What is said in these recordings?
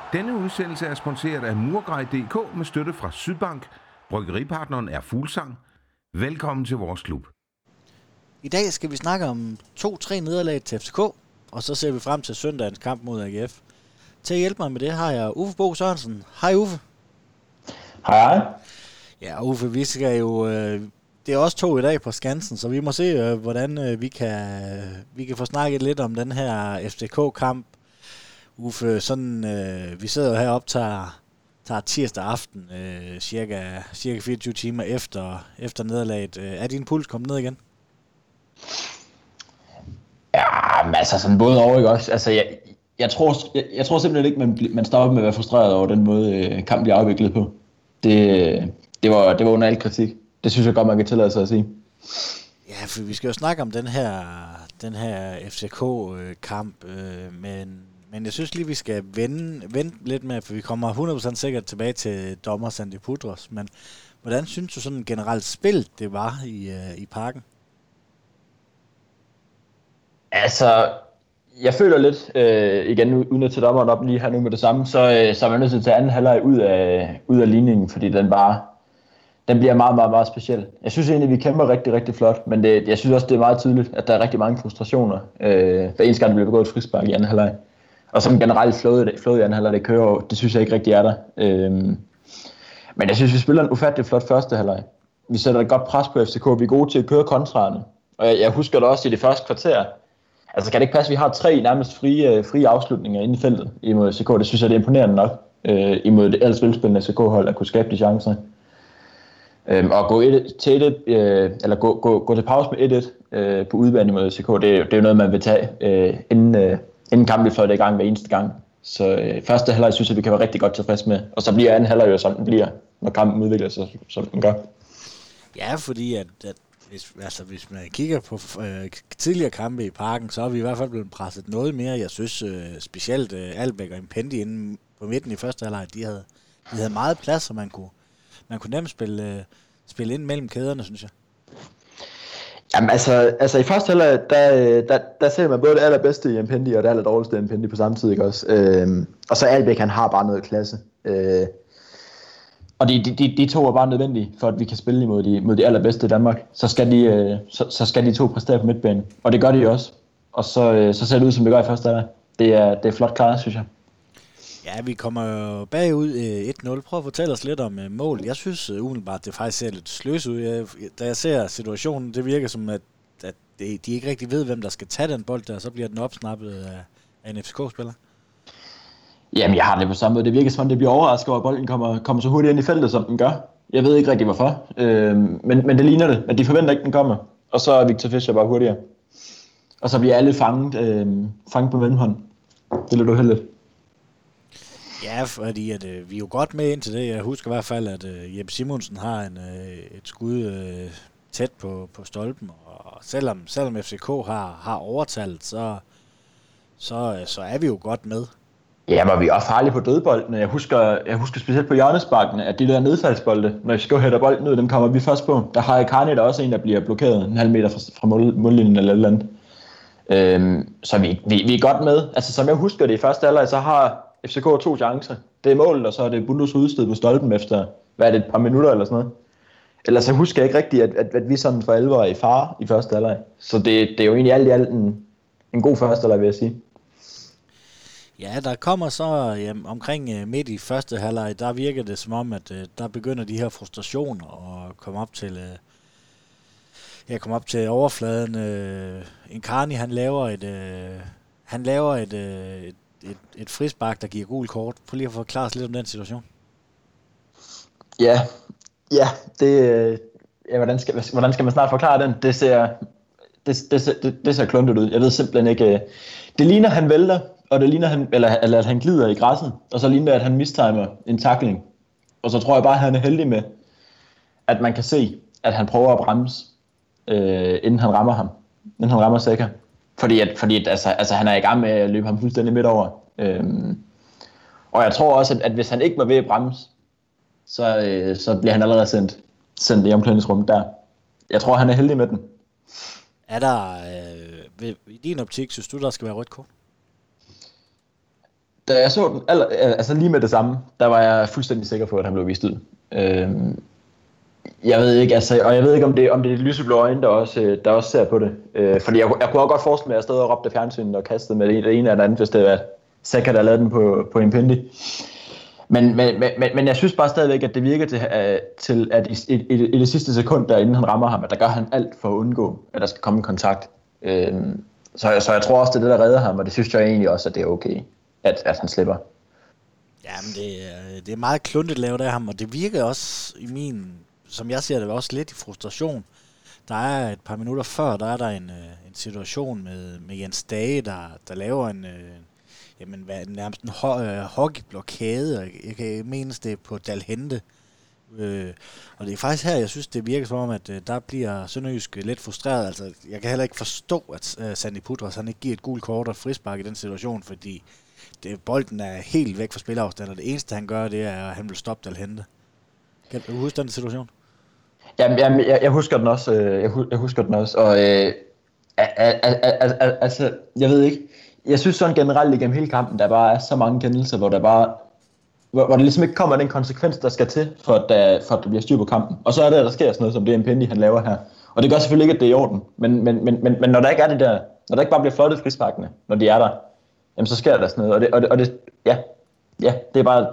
Denne udsendelse er sponsoreret af Murgrej.dk med støtte fra Sydbank. Bryggeripartneren er Fuglsang. Velkommen til vores klub. I dag skal vi snakke om 2-3 nederlag til FCK, og så ser vi frem til søndagens kamp mod AGF. Til at hjælpe mig med det har jeg Uffe Bo Sørensen. Hej Uffe. Hej. Ja Uffe, vi skal jo... Det er også 2 i dag på Skansen, så vi må se, hvordan vi kan få snakket lidt om den her FCK-kamp. Uffe, sådan, vi sidder jo heroppe tager tirsdag aften, cirka 24 timer efter nederlaget. Er din puls kommet ned igen? Ja, men altså sådan både over, ikke også? Altså, jeg tror simpelthen ikke, man stopper med at være frustreret over den måde, kampen bliver afviklet på. Det var under al kritik. Det synes jeg godt, man kan tillade sig at sige. Ja, for vi skal jo snakke om den her FCK-kamp, men jeg synes lige, vi skal vente lidt med, for vi kommer 100% sikkert tilbage til dommer Sandy Pudros. Men hvordan synes du sådan generelt spil det var i parken? Altså, jeg føler lidt, igen uden at tage dommeren op lige her nu med det samme, så er man nødt til at tage anden halvleg ud af ligningen, fordi den bliver meget, meget, meget speciel. Jeg synes egentlig, vi kæmper rigtig, rigtig flot, men jeg synes også, det er meget tydeligt, at der er rigtig mange frustrationer, hver eneste gang, der bliver begået et frispark i anden halvleg. Og som generelt flået i anden halvleg, det kører over, det synes jeg ikke rigtig er der. Men jeg synes, vi spiller en ufattelig flot første halvleg. Vi sætter et godt pres på FCK, vi er gode til at køre kontraerne. Og jeg husker det også i det første kvarter. Altså kan det ikke passe, at vi har 3 nærmest frie afslutninger inde i feltet imod FCK. Det synes jeg, det er imponerende nok imod det ellers velspillende FCK-hold at kunne skabe de chancer. Og gå til pause med 1-1 på udebane mod FCK, det er jo noget, man vil tage inden kampen fløjter i gang hver eneste gang. Så første halvleg synes jeg, vi kan være rigtig godt tilfreds med. Og så bliver anden halvleg jo, som den bliver, når kampen udvikler sig, som den gør. Ja, fordi at hvis man kigger på tidligere kampe i parken, så er vi i hvert fald blevet presset noget mere. Jeg synes specielt Albæk og Impendi inde på midten i første halvleg, de havde meget plads, og man kunne nemt spille ind mellem kæderne, synes jeg. Jamen altså i første halvleg, der ser man både det allerbedste i Impendi og det allerdårligste i Impendi på samme tid, ikke også? Og så Albæk, han har bare noget klasse. Og de 2 er bare nødvendige, for at vi kan spille mod de allerbedste i Danmark. Så skal de 2 præstere på midtbanen. Og det gør de også. Og så ser det ud, som det gør i første halvleg. Det er flot klaret, synes jeg. Ja, vi kommer jo bagud 1-0. Prøv at fortælle os lidt om mål. Jeg synes umiddelbart, det faktisk ser lidt sløs ud. Da jeg ser situationen, det virker som, at de ikke rigtig ved, hvem der skal tage den bold der, så bliver den opsnappet af en FCK-spiller. Jamen, jeg har det på samme måde. Det virker som om, det bliver overrasket over, at bolden kommer så hurtigt ind i feltet, som den gør. Jeg ved ikke rigtig, hvorfor. Men det ligner det, at de forventer ikke, den kommer. Og så er Victor Fischer bare hurtigere. Og så bliver alle fanget på mellemhånd. Det er lidt uheldigt. Ja, fordi at, vi er jo godt med ind til det. Jeg husker i hvert fald, at Jeppe Simonsen har et skud tæt på stolpen. Og selvom FCK har overtalt, så er vi jo godt med. Ja, men vi er også farlige på dødboldene. Jeg husker specielt på hjørnesparkene, at de der nedfaldsbolde, når FCK hætter bolden ud, dem kommer vi først på. Der har Karni der også en, der bliver blokeret en halv meter fra mållinjen eller et eller andet. Så vi er godt med. Altså som jeg husker det i første halvleg, så har FCK 2 chancer. Det er målet, og så er det Bundos udstød på stolpen efter, hvad er det, et par minutter eller sådan noget. Ellers så husker jeg ikke rigtigt, at vi sådan for alvor er i fare i første halvleg. Så det er jo egentlig alt i alt en god første halvleg, vil jeg sige. Ja, der kommer så omkring midt i første halvleg, der virker det som om, at der begynder de her frustrationer at komme op til overfladen. Incarni, han laver et frispark, der giver gul kort. Prøv lige at forklare os lidt om den situation. Ja, hvordan skal man snart forklare den? Det ser kluntet ud. Jeg ved simpelthen ikke. Det ligner, han vælter, og det ligner, eller at han glider i græsset, og så ligner det, at han mistimer en tackling. Og så tror jeg bare, at han er heldig med, at man kan se, at han prøver at bremse, inden han rammer ham. Inden han rammer Sækker. Fordi han er i gang med at løbe ham fuldstændig midt over. Og jeg tror også, at hvis han ikke var ved at bremse, så bliver han allerede sendt i omklædningsrummet der. Jeg tror, han er heldig med den. Er der, i din optik, synes du, der skal være rødt kort? Da jeg så den, altså lige med det samme, der var jeg fuldstændig sikker på, at han blev vist ud. Jeg ved ikke, altså, og jeg ved ikke, om det er de lyseblå øjne, der også ser på det. Fordi jeg kunne også godt forestille mig, at jeg stod og råbte fjernsynet og kastede med det ene eller andet, hvis det var Saka, der lavede den på Impendi. Men jeg synes bare stadigvæk, at det virker til at i det sidste sekund, der inden han rammer ham, at der gør han alt for at undgå, at der skal komme en kontakt. Så jeg tror også, det er det, der redder ham, og det synes jeg egentlig også, at det er okay, at han slipper. Jamen, det er meget kluntet lavet af ham, og det virker også som jeg ser det, også lidt i frustration. Der er et par minutter før, der er der en situation med Jens Dage, der laver nærmest en hockeyblokade, og jeg kan mene, det er på Dalhente. Og det er faktisk her, jeg synes, det virker som om, at der bliver Sønderjysk lidt frustreret. Altså, jeg kan heller ikke forstå, at Sandy Putras han ikke giver et gult kort og frispark i den situation, fordi bolden er helt væk fra spilafstand, og det eneste, han gør, det er, at han vil stoppe Dalhente. Kan du huske den situation? Jamen, jeg husker den også. Jeg husker den også, og altså, jeg ved ikke. Jeg synes sådan generelt igennem hele kampen, der bare er så mange kendelser, hvor hvor det ligesom ikke kommer den konsekvens, der skal til, for at der bliver styr på kampen. Og så er det, der sker sådan noget, som det Impendi, han laver her. Og det gør selvfølgelig ikke, at det er i orden. Men når der ikke er det der, når der ikke bare bliver flottet frisparkene, når de er der, jamen så sker der sådan noget. Og det det er bare,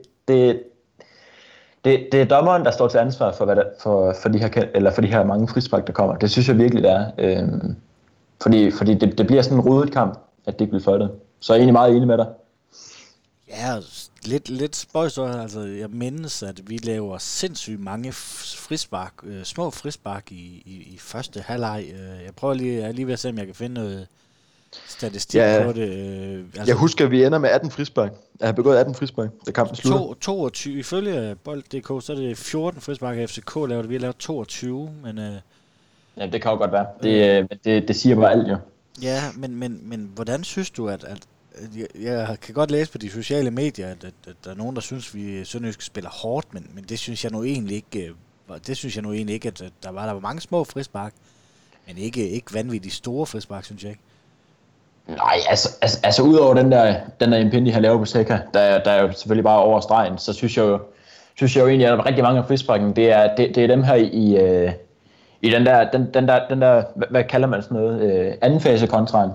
det er dommeren, der står til ansvar for de her mange frispark, der kommer. Det synes jeg virkelig, det er. Fordi det bliver sådan en rodet kamp, at det ikke bliver flottet. Så jeg er egentlig meget enig med dig. Ja, lidt spøjs, altså jeg mindes, at vi laver sindssygt mange frispark, små frispark i første halvleg. Jeg prøver lige ved at se, om jeg kan finde noget statistik på det. Altså, jeg husker, at vi ender med 18 frispark. Jeg har begået 18 frispark, da kampen slutter. 22, ifølge Bold.dk, så er det 14 frispark af FCK lavet. Vi har lavet 22, men... Ja, det kan jo godt være. Det siger bare alt, jo. Ja, men hvordan synes du, at jeg kan godt læse på de sociale medier, at der er nogen, der synes, vi Sønderjysk spiller hårdt, men det synes jeg nu egentlig ikke. Det synes jeg nu egentlig ikke, at der var mange små frispark, men ikke vanvittigt store frispark, synes jeg ikke. Nej, altså udover den der Impendi har lavet på Saka, der er jo selvfølgelig bare over stregen, så synes jeg jo egentlig, at rigtig mange af frisparken, det er dem her i den der, hvad kalder man sådan noget, anden fase kontraen,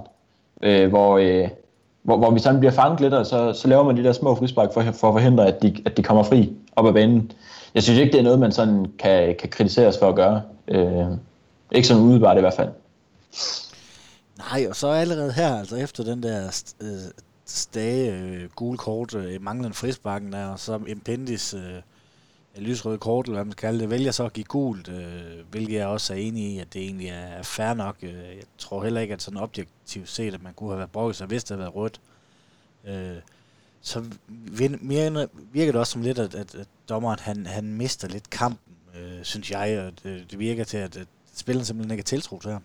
hvor vi sådan bliver fanget lidt, og så laver man de der små frispark for at forhindre, at de kommer fri op ad banen. Jeg synes ikke, det er noget, man sådan kan kritiseres for at gøre. Ikke sådan udebart i hvert fald. Nej, og så allerede her, altså efter den der stage gule kort, manglende frisparken der, og så Impendis lysrøde kort, eller hvad man skal kalde det, vælger så at give gult, hvilket jeg også er enig i, at det egentlig er fair nok. Jeg tror heller ikke, at sådan objektivt set, at man kunne have været brugt, så hvis det havde været rødt. Så virker det også som lidt, at dommeren han mister lidt kampen, synes jeg, og det virker til, at spilleren simpelthen ikke er tiltro til ham.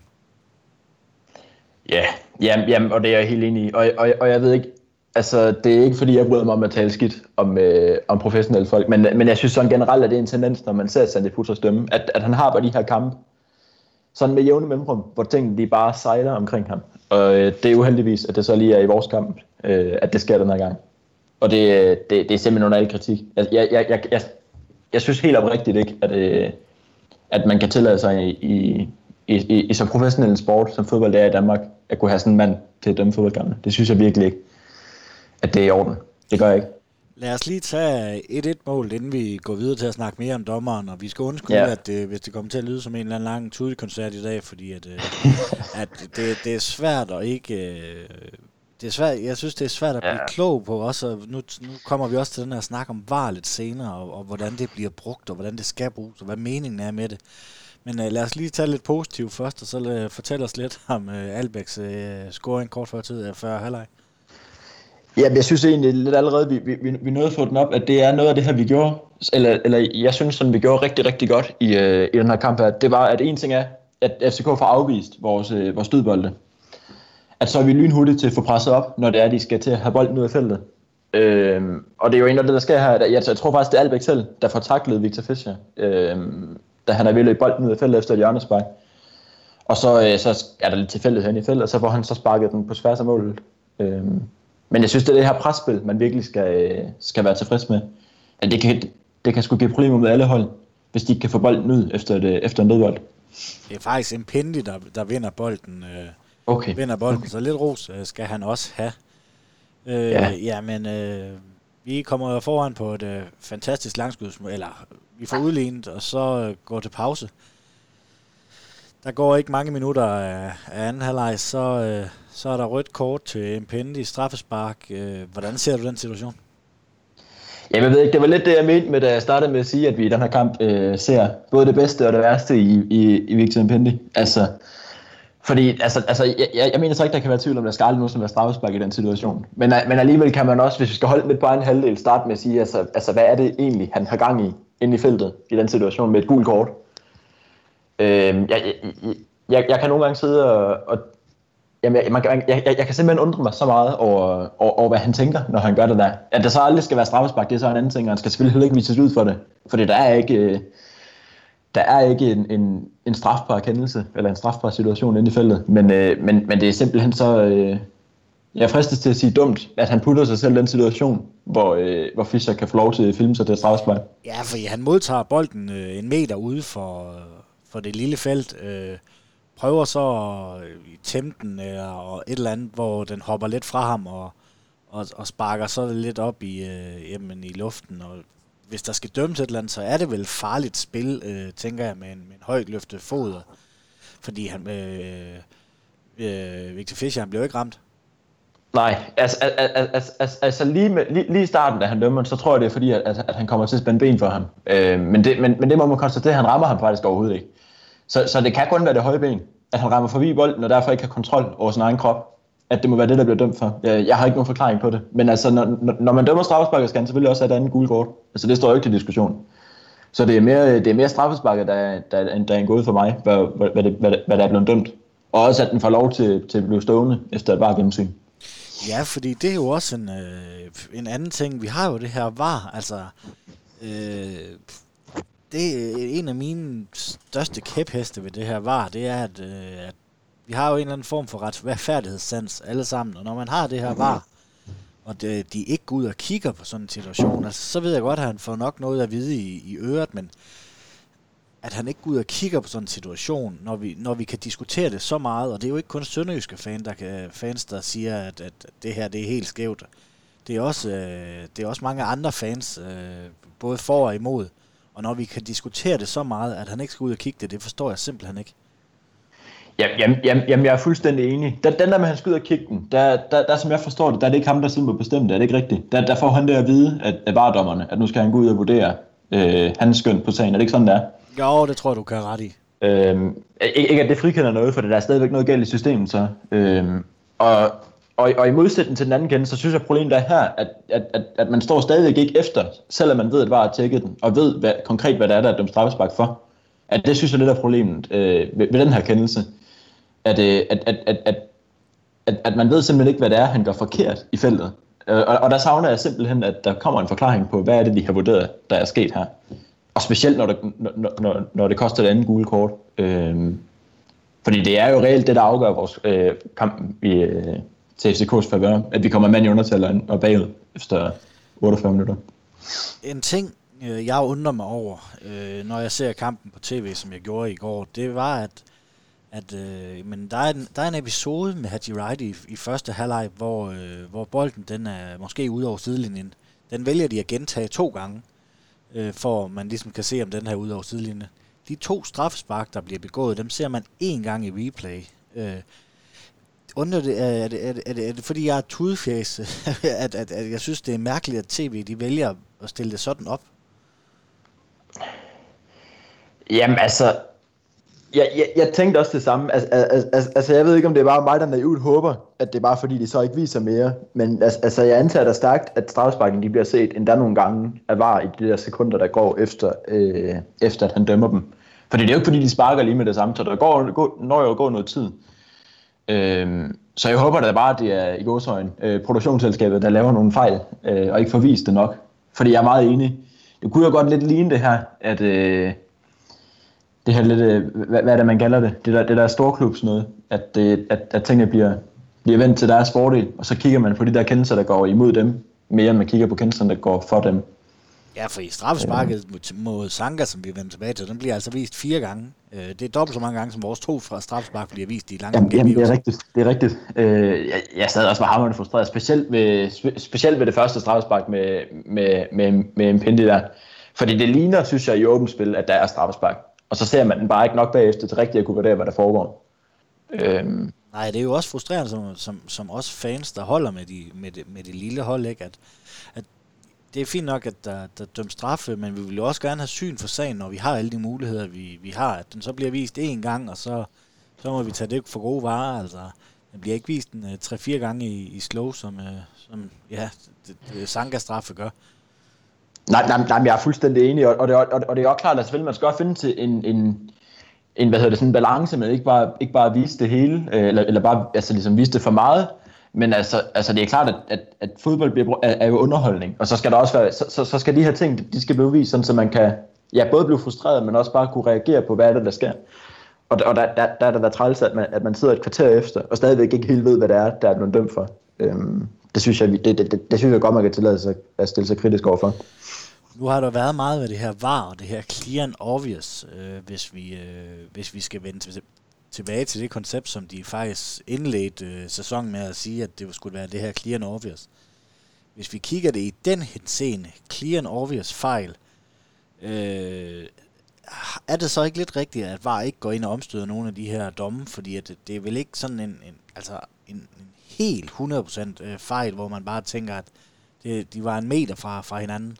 Ja, jamen, og det er jeg helt enig i, og jeg ved ikke, altså det er ikke fordi jeg bryder mig om at tale skidt om professionelle folk, men jeg synes sådan generelt, at det er en tendens, når man ser Sandy Putras dømme, at han har bare de her kampe, sådan med jævne mellemrum, hvor tingene de bare sejler omkring ham, og det er uheldigvis, at det så lige er i vores kamp, at det sker den her gang, og det er simpelthen under al kritik. Jeg synes helt oprigtigt ikke, at man kan tillade sig i så professionel en sport, som fodbold er i Danmark, at kunne have sådan en mand til at dømme fodboldkampe. Det synes jeg virkelig ikke, at det er i orden. Det gør jeg ikke. Lad os lige tage 1-1-mål, inden vi går videre til at snakke mere om dommeren, og vi skal undskylde, at hvis det kommer til at lyde som en eller anden lang tudekoncert i dag, fordi at det er svært at ikke... Det er svært, jeg synes, det er svært at blive klog på også. Nu kommer vi også til den her snak om VAR lidt senere, og hvordan det bliver brugt, og hvordan det skal bruges, og hvad meningen er med det. Men lad os lige tage lidt positivt først, og så fortælle os lidt om Albæks scoring kort før tid, før halvleg. Ja, jeg synes egentlig lidt allerede, vi nåede at få den op, at det er noget af det her, vi gjorde, eller jeg synes, sådan, vi gjorde rigtig, rigtig godt i den her kamp her. Det var, at en ting er, at FCK får afvist vores dødbolde. At så er vi lynhurtigt til at få presset op, når det er, de skal til at have bolden ud af feltet. Og det er jo egentlig det, der sker her. Jeg tror faktisk, det er Albæk selv, der får taklet Victor Fischer, da han er ved at løbe bolden ud af feltet efter et hjørnespark. Og så er der lidt tilfældighed hen i feltet, og så får han så sparket den på tværs af målet. Men jeg synes, det er det her presspil, man virkelig skal være tilfreds med. At det kan sgu give problemer med alle hold, hvis de ikke kan få bolden ud efter en dødbold. Det er faktisk en Pendi, der vinder bolden. Okay. Vinder bolden, så lidt ros skal han også have. Men vi kommer foran på et fantastisk langskud, eller vi får udlignet, og så går til pause. Der går ikke mange minutter af anden halvleg, så er der rødt kort til Mpendi, straffespark. Hvordan ser du den situation? Jeg ved ikke, det var lidt det, jeg mente med, da jeg startede med at sige, at vi i den her kamp ser både det bedste og det værste i Victor Mpendi. Fordi jeg mener så ikke, der kan være tvivl om, der skal aldrig nogen være straffespark i den situation. Men alligevel kan man også, hvis vi skal holde lidt på en halvdel, starte med at sige, hvad er det egentlig, han har gang i inde i feltet i den situation med et gult kort. Jeg kan nogle gange sidde og jeg kan simpelthen undre mig så meget over hvad han tænker, når han gør det der. At der så aldrig skal være straffespark, det er så en anden ting, og han skal selvfølgelig heller ikke vises ud for det. Fordi der er ikke en strafbar kendelse, eller en strafbar situation inde i feltet. Men det er simpelthen så... jeg fristes til at sige dumt, at han putter sig selv i den situation, hvor Fischer kan få lov til at filme sig til straffespark. Ja, fordi han modtager bolden en meter ude for det lille felt, prøver så at tæmme den og et eller andet, hvor den hopper lidt fra ham og sparker så lidt op i luften. Og hvis der skal dømmes et eller andet, så er det vel farligt spil, tænker jeg, med en højt løftet fod. Fordi Victor Fischer, han blev ikke ramt. Nej, altså lige i starten, da han dømmer, så tror jeg, det er fordi, at han kommer til at spænde ben for ham. Men det må man konstatere, at han rammer ham faktisk overhovedet ikke. Så det kan kun være det høje ben, at han rammer forbi bolden, og derfor ikke har kontrol over sin egen krop. At det må være det, der bliver dømt for. Jeg har ikke nogen forklaring på det. Men altså, når man dømmer straffesparket, skal han selvfølgelig også have et andet gule kort. Altså, det står jo ikke til diskussion. Så det er mere straffesparket, der er en gåde for mig, hvad der er blevet dømt. Og også, at den får lov til at blive stående efter et VAR gennemsyn. Ja, fordi det er jo også en anden ting. Vi har jo det her VAR, altså... det er en af mine største kæpheste ved det her VAR, det er, at vi har jo en eller anden form for retfærdighedssans alle sammen, og når man har det her VAR, og de ikke går ud og kigger på sådan en situation, altså, så ved jeg godt, at han får nok noget at vide i øret, men at han ikke går ud og kigger på sådan en situation, når vi kan diskutere det så meget, og det er jo ikke kun sønderjyske fans, der siger, at det her det er helt skævt. Det er også mange andre fans, både for og imod. Og når vi kan diskutere det så meget, at han ikke skal ud og kigge det forstår jeg simpelthen ikke. Jamen, jeg er fuldstændig enig. Den der med, at han skal ud og kigge den, der som jeg forstår det, der er det ikke ham, der simpelthen bestemmer det. Er det ikke rigtigt? Der får han det at vide af VAR-dommerne, at nu skal han gå ud og vurdere hans skøn på sagen. Er det ikke sådan, der? Jo, det tror jeg, du kan ret i. Ikke at det frikender noget, for der er stadigvæk noget galt i systemet. Så. Og i modsætning til den anden kendelse, så synes jeg, problemet er her, at man står stadigvæk ikke efter, selvom man ved, at VAR har tjekket den, og ved konkret, hvad der er dømt straffespark for. At det synes jeg lidt er problemet ved den her kendelse. At man ved simpelthen ikke, hvad det er, han gør forkert i feltet. Og der savner jeg simpelthen, at der kommer en forklaring på, hvad er det, de har vurderet, der er sket her. Og specielt, når det koster det andet gule kort. Fordi det er jo reelt det, der afgør vores kamp til FCK's favør, at vi kommer mand i undertal og bagud efter 48 minutter. En ting, jeg undrer mig over, når jeg ser kampen på tv, som jeg gjorde i går, det var, men der er en episode med Haji Wright i første halvleg, hvor bolden den er måske ude over sidelinjen. Den vælger de at gentage 2 gange, for man ligesom kan se, om den her ude over sidelinjen. De 2 straffespark, der bliver begået, dem ser man 1 gang i replay. Er det fordi jeg er tudefjæs, at jeg synes, det er mærkeligt, at tv de vælger at stille det sådan op? Jamen altså, jeg tænkte også det samme. Altså jeg ved ikke, om det er bare mig, der naivt håber, at det er bare fordi, de så ikke viser mere. Men altså jeg antager da stærkt, at straffesparken de bliver set endda nogle gange af VAR i de der sekunder, der går efter at han dømmer dem. Fordi det er jo ikke fordi, de sparker lige med det samme, så der når jo gå noget tid. Så jeg håber da bare, at det er i gåseøjne produktionsselskabet, der laver nogle fejl, og ikke får vist det nok. Fordi jeg er meget enig. Det kunne jo godt lidt ligne det her, at det her lidt, hvad er det, man kalder det? Det der storklubs noget, at tingene bliver bliver vendt til deres fordel, og så kigger man på de der kendelser, der går imod dem, mere end man kigger på kendelserne, der går for dem. Ja, for i straffesparket mod Sanka, som vi vender tilbage til, den bliver altså vist 4 gange. Det er dobbelt så mange gange, som vores 2 fra straffespark bliver vist i lange Jamen, det er rigtigt. Jeg sad også var hamrende frustreret, specielt ved det første straffespark med Mpendi der. Fordi det ligner, synes jeg, i åbent spil, at der er straffespark. Og så ser man den bare ikke nok bagefter til rigtigt at kunne vurdere, hvad der foregår. Nej, det er jo også frustrerende som også fans, der holder med det lille hold, ikke? At det er fint nok, at der dømt straffe, men vi vil jo også gerne have syn for sagen, når vi har alle de muligheder, vi har. At den så bliver vist 1 gang, og så må vi tage det for gode varer. Altså, den bliver ikke vist 3-4 gange i slow, som Sanka-straffe gør. Nej, jeg er fuldstændig enig, og det er også klart, at selvfølgelig man skal også finde til en sådan en balance, men ikke bare vise det hele, eller bare ligesom vise det for meget. Men altså det er klart, at fodbold er jo underholdning, og så skal der også være, så skal de her ting, de skal blive vist, sådan så man kan både blive frustreret, men også bare kunne reagere på, hvad er det, der sker. Og der er der været træls, at man sidder et kvarter efter, og stadigvæk ikke helt ved, hvad det er, der er blevet dømt for. Det synes jeg godt, man kan tillade sig at stille sig kritisk overfor. Nu har der været meget ved det her VAR og det her clear and obvious, hvis vi skal vende tilbage til det koncept, som de faktisk indledte sæsonen med at sige, at det skulle være det her clear and obvious. Hvis vi kigger det i den henseende, clear and obvious fejl, er det så ikke lidt rigtigt, at VAR ikke går ind og omstøder nogle af de her domme, fordi at det er vel ikke sådan en helt 100% fejl, hvor man bare tænker, at de var 1 meter fra hinanden?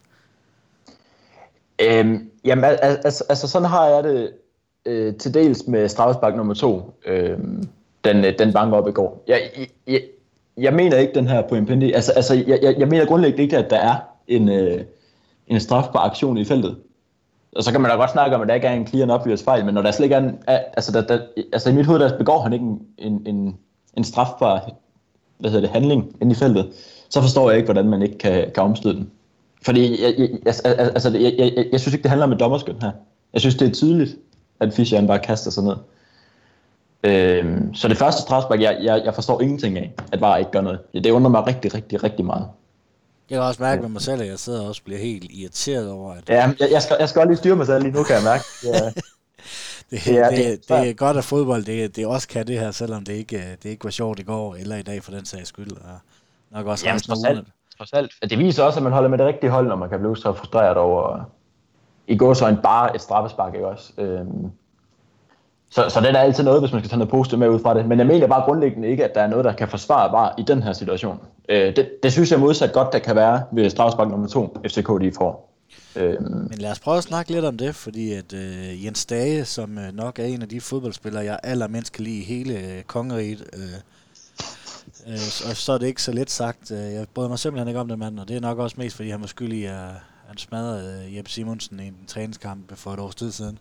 Jamen, altså sådan har jeg det til dels med straffespark nummer 2, den banker op i går. Jeg mener ikke den her på Mpendi. Jeg mener grundlæggende ikke, at der er en strafbar aktion i feltet. Og så kan man da godt snakke om, at der ikke er en clear and obvious fejl, men når der slet ikke er i mit hoved, der begår han ikke en strafbar handling inde i feltet, så forstår jeg ikke, hvordan man ikke kan omstøde den. Fordi jeg synes ikke, det handler om et dommerskøn her. Jeg synes, det er tydeligt, at Fischer bare kaster sig ned. Så det første strafspark, jeg forstår ingenting af, at VAR ikke gør noget. Det undrer mig rigtig, rigtig, rigtig meget. Jeg kan også mærke med mig selv, at jeg sidder og også bliver helt irriteret over, at... Ja, jeg skal også lige styre mig selv lige nu, kan jeg mærke. Det er godt, at fodbold det også kan det her, selvom det ikke var sjovt i går, eller i dag for den sags skyld. Og nok også trods alt. Det viser også, at man holder med det rigtige hold, når man kan blive så frustreret over i går så en bare et straffespark, ikke også? Så det er altid noget, hvis man skal tage noget positivt med ud fra det. Men jeg mener bare grundlæggende ikke, at der er noget, der kan forsvare VAR i den her situation. Det synes jeg modsat godt, der kan være ved straffespark nummer 2, FCK de får. Men lad os prøve at snakke lidt om det, fordi at Jens Dage, som nok er en af de fodboldspillere, jeg allermindst kan lide i hele kongeriget, og så er det ikke så let sagt. Jeg bryder mig simpelthen ikke om det, mand, og det er nok også mest, fordi han var skyldig, at han smadrede Jeppe Simonsen i en træningskamp for et års tid siden.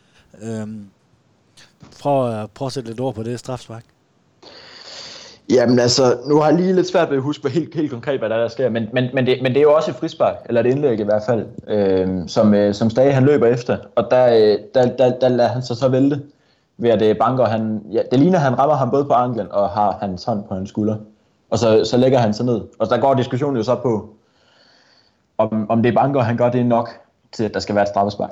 Prøv at sætte lidt ord på det strafspark. Jamen altså, nu har jeg lige lidt svært ved at huske helt konkret, hvad der sker, men det er jo også et frispark, eller et indlæg i hvert fald, som Stage han løber efter, og der lader han sig så vælte ved at det banker det ligner, han rammer ham både på anklen og har hans hånd på hans skulder, og så lægger han sig ned, og der går diskussionen jo så på, om det banker, han gør det nok til, at der skal være et straffespark.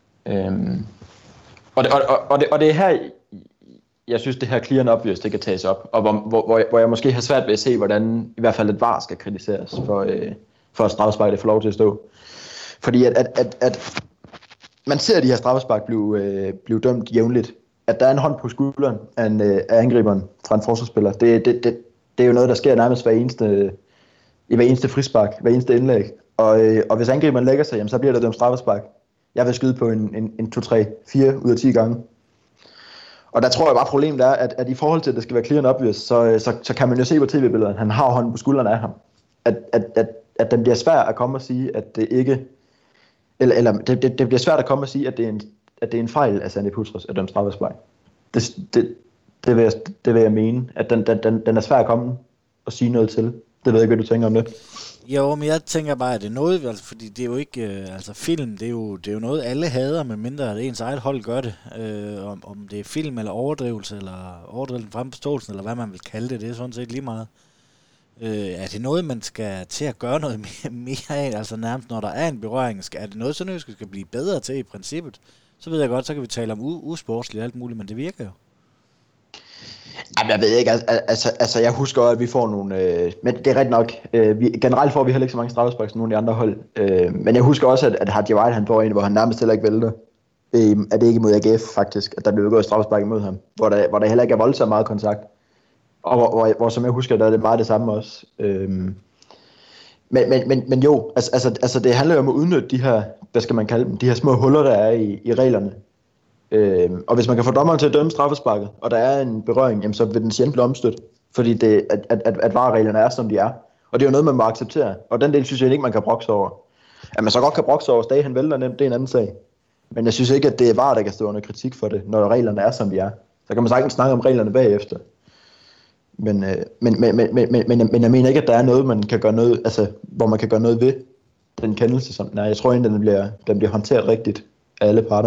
Og det er her, jeg synes, det her clear and obvious, det kan tages op, og hvor jeg måske har svært ved at se, hvordan i hvert fald et VAR skal kritiseres for at straffespark det får lov til at stå. Fordi at man ser de her straffespark blive dømt jævnligt. At der er en hånd på skulderen af angriberen fra en forsvarsspiller, det er jo noget, der sker nærmest i hver eneste frispark, hver eneste indlæg. Og hvis angriberen lægger sig, jamen, så bliver der dømt straffespark. Jeg vil skyde på en 2, 3, 4 ud af 10 gange. Og der tror jeg bare, problemet er, at i forhold til, at det skal være clear and obvious, så kan man jo se på tv-billederne, han har hånden på skulderen af ham. At den bliver svært at komme og sige, at det ikke... Eller det bliver svært at komme og sige, at det er en fejl af Sandy Putros, at dømme straffespark. Det vil jeg mene, at den er svær at komme og sige noget til. Det ved jeg ikke, hvad du tænker om det. Jo, men jeg tænker bare, at det er noget, altså, fordi det er jo ikke, film, det er jo noget, alle hader, medmindre at ens eget hold gør det. Om det er film eller overdrivelse, eller overdrivelse frem på forståelsen, eller hvad man vil kalde det, det er sådan set lige meget. Er det noget, man skal til at gøre noget mere af, altså nærmest når der er en berøring, er det noget, Sønderjyske skal blive bedre til i princippet? Så ved jeg godt, så kan vi tale om usportsligt og alt muligt, men det virker jo. Jamen, jeg ved ikke, altså jeg husker at vi får nogle, men det er rigtigt nok, generelt får vi heller ikke så mange straffespark som nogle af de andre hold, men jeg husker også, at Hadji White, han får en, hvor han nærmest heller ikke vælter, er det ikke imod AGF faktisk, at der blev gået straffespark imod ham, hvor der heller ikke er voldsomt meget kontakt, og hvor som jeg husker, der er det meget det samme også. Men jo, altså det handler jo om at udnytte de her, hvad skal man kalde dem, de her små huller, der er i reglerne. Og hvis man kan få dommeren til at dømme straffesparket, og der er en berøring, jamen, så vil den sjældent blive omstødt, fordi at VAR-reglerne er, som de er. Og det er jo noget, man må acceptere. Og den del synes jeg ikke, man kan brokse over. At man så godt kan brokse over, at han vælter nemt, det er en anden sag. Men jeg synes ikke, at det er VAR, der kan stå under kritik for det, når reglerne er, som de er. Så kan man sagtens snakke om reglerne bagefter. Men jeg mener ikke, at der er noget, man kan gøre noget, altså, hvor man kan gøre noget ved den kendelse, som den er. Jeg tror egentlig, den bliver håndteret rigtigt af alle parter.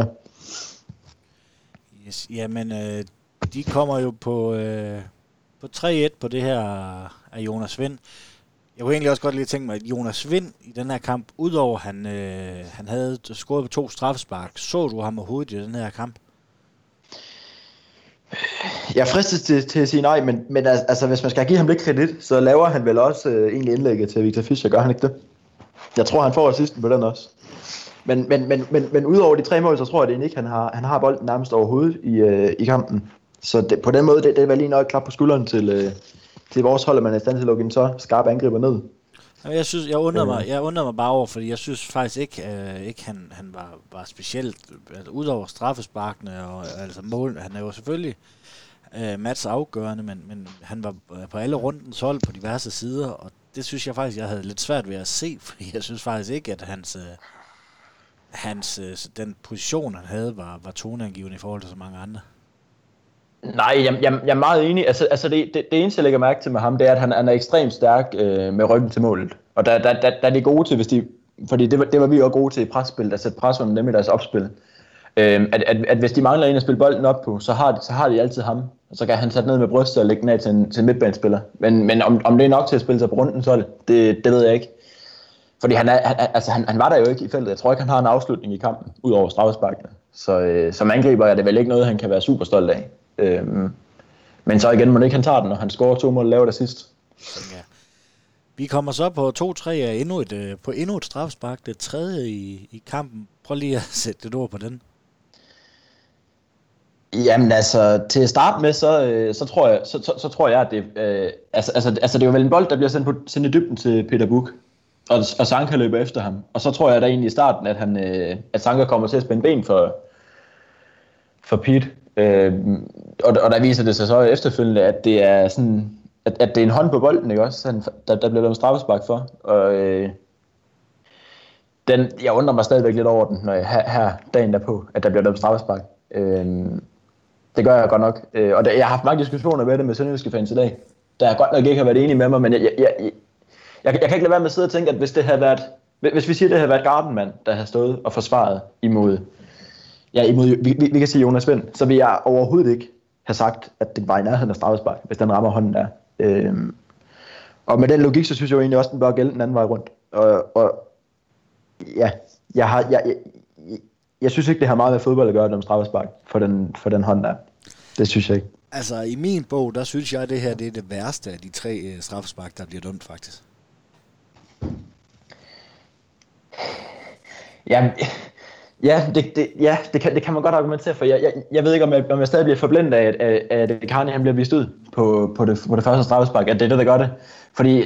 Yes, jamen, de kommer jo på 3-1 på det her af Jonas Vind. Jeg kunne egentlig også godt lige tænke mig, at Jonas Vind i den her kamp, udover han havde scoret på 2 straffespark, så du ham overhovedet i den her kamp? Jeg fristes til at sige nej, men altså, hvis man skal give ham lidt kredit, så laver han vel også egentlig indlægget til Victor Fischer, gør han ikke det? Jeg tror, han får assisten på den også. Men udover de 3 mål, så tror jeg det ikke, han har bolden nærmest overhovedet i kampen. Så på den måde, det er vel lige nok et klap på skulderen til vores hold, at man er i stand til at lukke en så skarp angriber ned. Jeg undrer mig bare over, fordi jeg synes faktisk ikke han var specielt, altså udover straffesparkene og altså mål, han er jo selvfølgelig Mats afgørende, men han var på alle rundens hold på diverse sider, og det synes jeg faktisk, jeg havde lidt svært ved at se, fordi jeg synes faktisk ikke, at den position, han havde, var toneangivende i forhold til så mange andre. Nej, jeg er meget enig. Altså det eneste, jeg lægger mærke til med ham, det er, at han er ekstremt stærk med ryggen til målet. Og der er de gode til, fordi det var vi også gode til i presspil, at sætte pres på dem i deres opspil. At hvis de mangler en at spille bolden op på, så har de altid ham. Og så kan han sætte ned med brystet og lægge den af til en midtbanespiller. Men om det er nok til at spille sig på runden, så det ved jeg ikke. Fordi han var der jo ikke i feltet. Jeg tror ikke, han har en afslutning i kampen, ud over straffesparkene. Så som angriber er det vel ikke noget, han kan være super stolt af. Men så igen, må ikke han tager den, og han scorer 2 mål og laver det sidst. Ja. Vi kommer så på 2-3 af endnu et straffespark, det 3. i kampen. Prøv lige at sætte lidt ord på den. Jamen altså, til at starte med, så tror jeg, at det det er jo vel en bold, der bliver sendt i dybden til Peter Buch, og Sanka løber efter ham. Og så tror jeg da egentlig i starten, at Sanka kommer til at spænde ben for Pete. Og der viser det sig så efterfølgende, at det er sådan, at det er en hånd på bolden, ikke også? Der bliver der en straffespark for. Og jeg undrer mig stadigvæk lidt over den, når her dagen derpå, at der bliver der en straffespark. Det gør jeg godt nok. Og jeg har haft mange diskussioner med det med sønderjyske fans i dag, der godt nok ikke har været enige med mig, men jeg kan ikke lade være med at sidde og tænke, at hvis vi siger, at det havde været Gardenman, der havde stået og forsvaret imod vi kan sige Jonas Vind, så vil jeg overhovedet ikke have sagt, at det var i nærheden af straffespark, hvis den rammer hånden der. Og med den logik, så synes jeg jo egentlig også, den bør gælde den anden vej rundt. Og ja, jeg synes ikke, det har meget med fodbold at gøre, om straffespark for den hånd der. Det synes jeg ikke. Altså, i min bog, der synes jeg, at det her det er det værste af de 3 straffespark, der bliver dømt, faktisk. Jamen, det kan man godt argumentere for. Jeg ved ikke, om jeg stadig bliver forblændet af, at Carney han bliver vist ud på det første straffespark, at det er det, der gør det. Fordi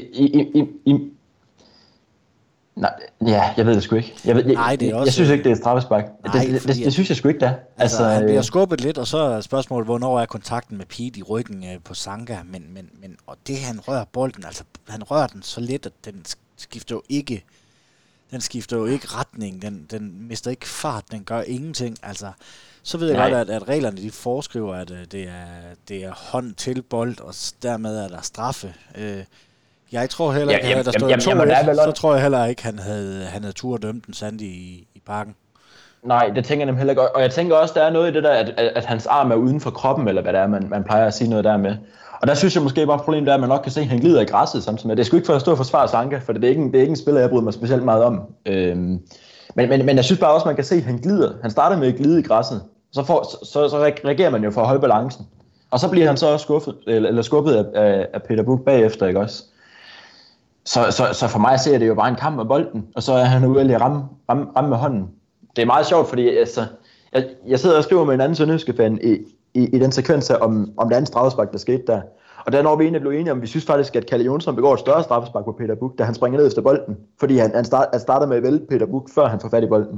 jeg ved det sgu ikke. Jeg synes ikke, det er straffespark. Det synes jeg sgu ikke, det er. Altså, han bliver skubbet lidt, og så er spørgsmålet, hvornår er kontakten med Pete i ryggen på Sanka, men og det han rører bolden, altså han rører den så let, at den skifter jo ikke retning, den mister ikke fart, den gør ingenting. Altså, så ved jeg godt, at reglerne de foreskriver, at det er hånd til bold, og dermed er der straffe. Jeg tror heller ikke, at der stod 2-1, så tror jeg heller ikke, han havde tur at dømme den Sandy i parken. Nej, det tænker jeg nemlig heller ikke. Og jeg tænker også, der er noget i det der, at hans arm er uden for kroppen, eller hvad det er, man plejer at sige noget der med. Og der synes jeg måske bare, problemet er, at man nok kan se, at han glider i græsset samtidig med. Det er sgu ikke for at stå og forsvare Sanka, for det er ikke en spiller, jeg bryder mig specielt meget om. Men jeg synes bare også, at man kan se, at han glider. Han starter med at glide i græsset. Så reagerer man jo for at holde balancen. Og så bliver han så også skubbet af Peter Buch bagefter, ikke også? Så for mig ser det jo bare en kamp med bolden, og så er han ude at ramme med hånden. Det er meget sjovt, fordi altså, jeg sidder og skriver med en anden sønderjyske-fan i den sekvens her, om det andet straffespark, der skete der. Og der når vi egentlig blev enige om, vi synes faktisk, at Kalle Jonsson begår et større straffespark på Peter Buch, da han springer ned efter bolden, fordi han starter med at vælte Peter Buch, før han får fat i bolden.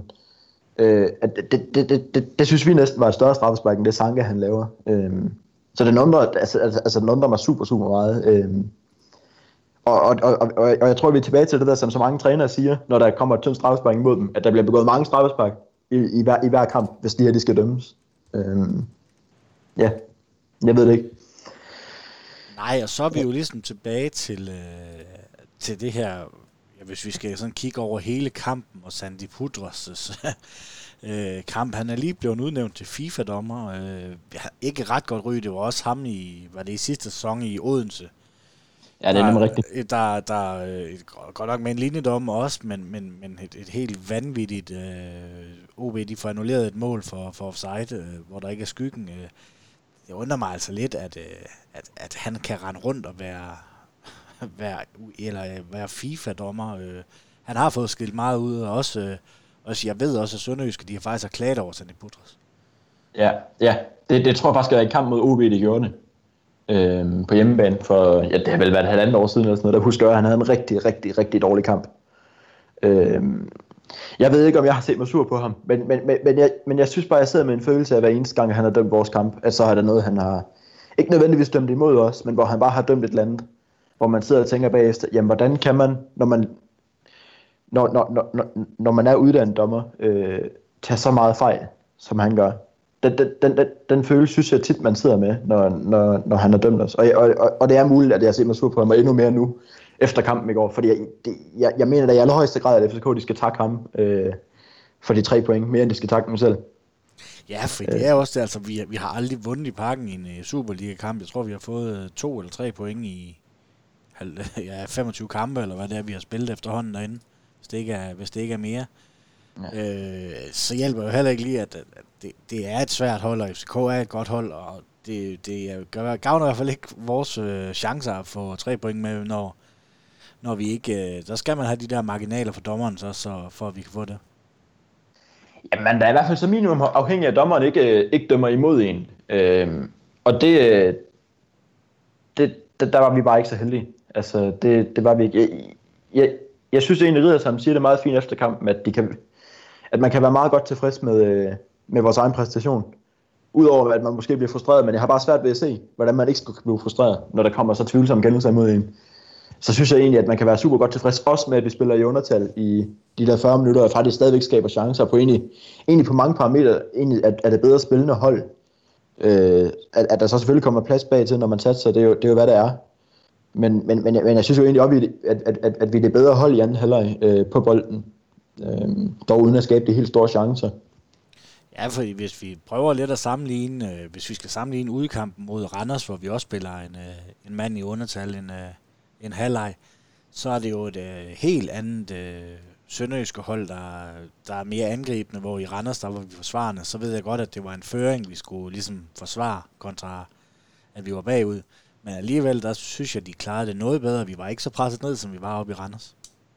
Det synes vi næsten var et større straffespark, end det Sanka han laver. Så den undrer mig super, super meget. Og jeg tror, vi er tilbage til det der, som så mange trænere siger, når der kommer et tyndt straffespark imod dem, at der bliver begået mange straffespark i hver kamp, hvis de skal dømmes. Ja, jeg ved det ikke. Nej, og så er vi jo ligesom tilbage til det her, hvis vi skal sådan kigge over hele kampen, og Sandy Pudros' kamp. Han er lige blevet udnævnt til FIFA-dommer. Ikke ret godt ry, det var også ham i sidste sæson i Odense. Ja, det er nemlig rigtigt. Der godt nok med en linjedommer også, men et helt vanvittigt OB, de får annulleret et mål for offside, hvor der ikke er skyggen. Det undrer mig altså lidt, at han kan rende rundt og være FIFA-dommer. Han har fået skilt meget ud, og også jeg ved også, at Sønderjyske, de har faktisk klaget over Sandy Pudros. Ja, det tror jeg faktisk er en kamp mod OB, de gjorde det. På hjemmebane for, det har vel været 1,5 år siden eller sådan noget, der husker jeg, at han havde en rigtig, rigtig, rigtig dårlig kamp. Jeg ved ikke, om jeg har set mig sur på ham, men jeg synes bare, at jeg sidder med en følelse af, hver eneste gang, han har dømt vores kamp, at så er der noget, han har ikke nødvendigvis dømt imod os, men hvor han bare har dømt et eller andet, hvor man sidder og tænker bagefter, jamen hvordan kan man, når man er uddannet dommer, tage så meget fejl, som han gør. Den følelse synes jeg tit, man sidder med, når han har dømt os. Og det er muligt, at jeg ser mig sur på ham, og endnu mere nu, efter kampen i går. Fordi jeg mener da i allerhøjeste grad, at FCK de skal takke ham for de 3 point, mere end de skal takke dem selv. Ja, for det er også det. Altså, vi har aldrig vundet i parken i en Superliga-kamp. Jeg tror, vi har fået 2 eller 3 point i 25 kampe, eller hvad det er, vi har spillet efterhånden derinde, hvis det ikke er mere. Ja. Så hjælper jo heller ikke lige, at det er et svært hold, og FCK er et godt hold, og det gavner i hvert fald ikke vores chancer at få 3 point med, når vi ikke... Der skal man have de der marginaler for dommeren, så for at vi kan få det. Jamen, der er i hvert fald så minimum afhængig af, at dommeren ikke dømmer imod en. Og der var vi bare ikke så heldige. Altså, det var vi ikke. Jeg synes egentlig, Riddersholm siger det meget fint efter kampen, at man kan være meget godt tilfreds med vores egen præstation. Udover at man måske bliver frustreret, men jeg har bare svært ved at se, hvordan man ikke skal blive frustreret, når der kommer så tvivlsomme kendelser imod en. Så synes jeg egentlig, at man kan være super godt tilfreds, også med at vi spiller i undertal i de der 40 minutter, og faktisk stadigvæk skaber chancer på egentlig på mange parametre, egentlig er det bedre spillende hold. At der så selvfølgelig kommer plads bag til, når man satser, det er jo hvad det er. Men jeg synes jo egentlig op i, at vi er det bedre hold i anden halvleg på bolden. Dog uden at skabe de helt store chancer. Ja, fordi hvis vi prøver lidt at sammenligne, hvis vi skal sammenligne udkampen mod Randers, hvor vi også spiller en mand i undertal, en halvleg, så er det jo et helt andet sønderjyske hold, der er mere angribende, hvor i Randers, der var vi forsvarende. Så ved jeg godt, at det var en føring, vi skulle ligesom forsvare kontra, at vi var bagud. Men alligevel, der synes jeg, de klarede det noget bedre. Vi var ikke så presset ned, som vi var oppe i Randers.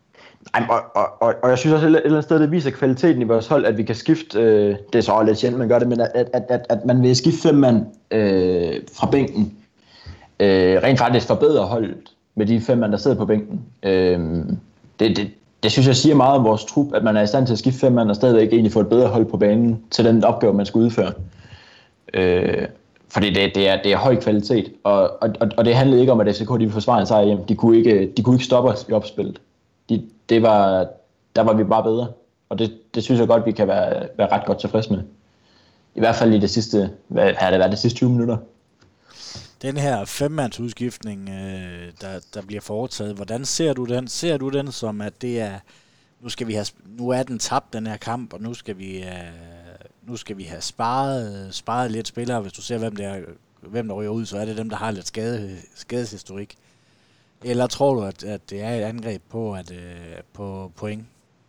Og jeg synes også, at et eller andet sted, det viser kvaliteten i vores hold, at vi kan skifte, det er så lidt sjældent, man gør det, men at man vil skifte 5 mand fra bænken, rent faktisk forbedre holdet med de 5 mand, der sidder på bænken. Det synes jeg siger meget om vores trup, at man er i stand til at skifte 5 mand, og stadigvæk egentlig få et bedre hold på banen til den opgave, man skal udføre. Fordi det er høj kvalitet, og det handlede ikke om, at FCK de ville forsvare en sejr hjem. De kunne ikke stoppe os i opspillet. Der var vi bare bedre, og det synes jeg godt, vi kan være ret godt tilfreds med. I hvert fald i det sidste, hvad har det været, de sidste 20 minutter. Den her 5-mandsudskiftning, der bliver foretaget, hvordan ser du den? Ser du den som, at det er, nu er den tabt, den her kamp, og nu skal vi have sparet lidt spillere. Hvis du ser, hvem der ryger ud, så er det dem, der har lidt skadeshistorik. Eller tror du, at det er et angreb på point?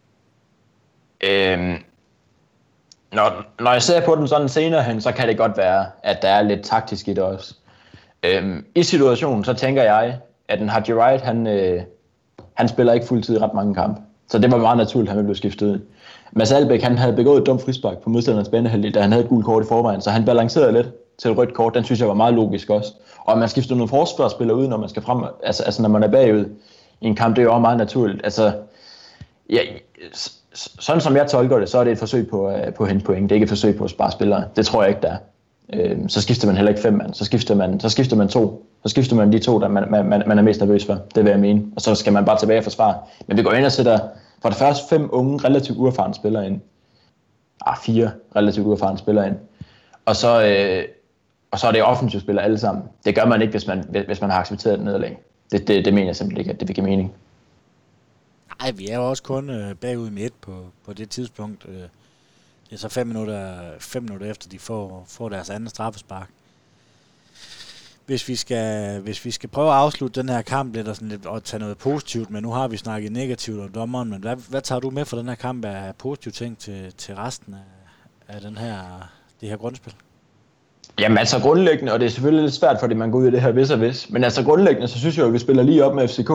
Når jeg ser på den sådan senere hen, så kan det godt være, at der er lidt taktisk i det også. I situationen, så tænker jeg, at den Haji Wright, han spiller ikke fuldtid i ret mange kampe. Så det var meget naturligt, at han ville blive skiftet ud. Mads Albeck, han havde begået et dumt frispark på modstanderens banehalvdel, da han havde et gult kort i forvejen, så han balancerede lidt til et rødt kort. Den synes jeg var meget logisk også. Og at man skifter nogle forsvarsspillere ud, når man skal frem, altså når man er bagud i en kamp, det er jo også meget naturligt. Altså, ja, sådan som jeg tolker det, så er det et forsøg på at hente point. Det er ikke et forsøg på at spare spillere. Det tror jeg ikke, der er. Så skifter man heller ikke 5 mand. Så skifter man 2. Så skifter man de 2, der man er mest nervøs for. Det vil jeg mene. Og så skal man bare tilbage og forsvare. Men vi går ind og sætter for det første 5 unge, relativt uerfarne spillere ind. 4 relativt uerfarne spillere ind. Og så er det offensive spillere alle sammen. Det gør man ikke, hvis man har accepteret et nederlag. Det mener jeg simpelthen ikke, at det vil give mening. Nej, vi er jo også kun bagud med 1 på det tidspunkt. Det er så 5 minutter efter, de får deres andet straffespark. Hvis vi skal prøve at afslutte den her kamp lidt og tage noget positivt, men nu har vi snakket negativt om dommeren, men hvad tager du med for den her kamp af positive ting til resten af det her grundspil? Jamen altså grundlæggende, og det er selvfølgelig lidt svært, fordi man går ud i det her hvis, men altså grundlæggende, så synes jeg jo, at vi spiller lige op med FCK,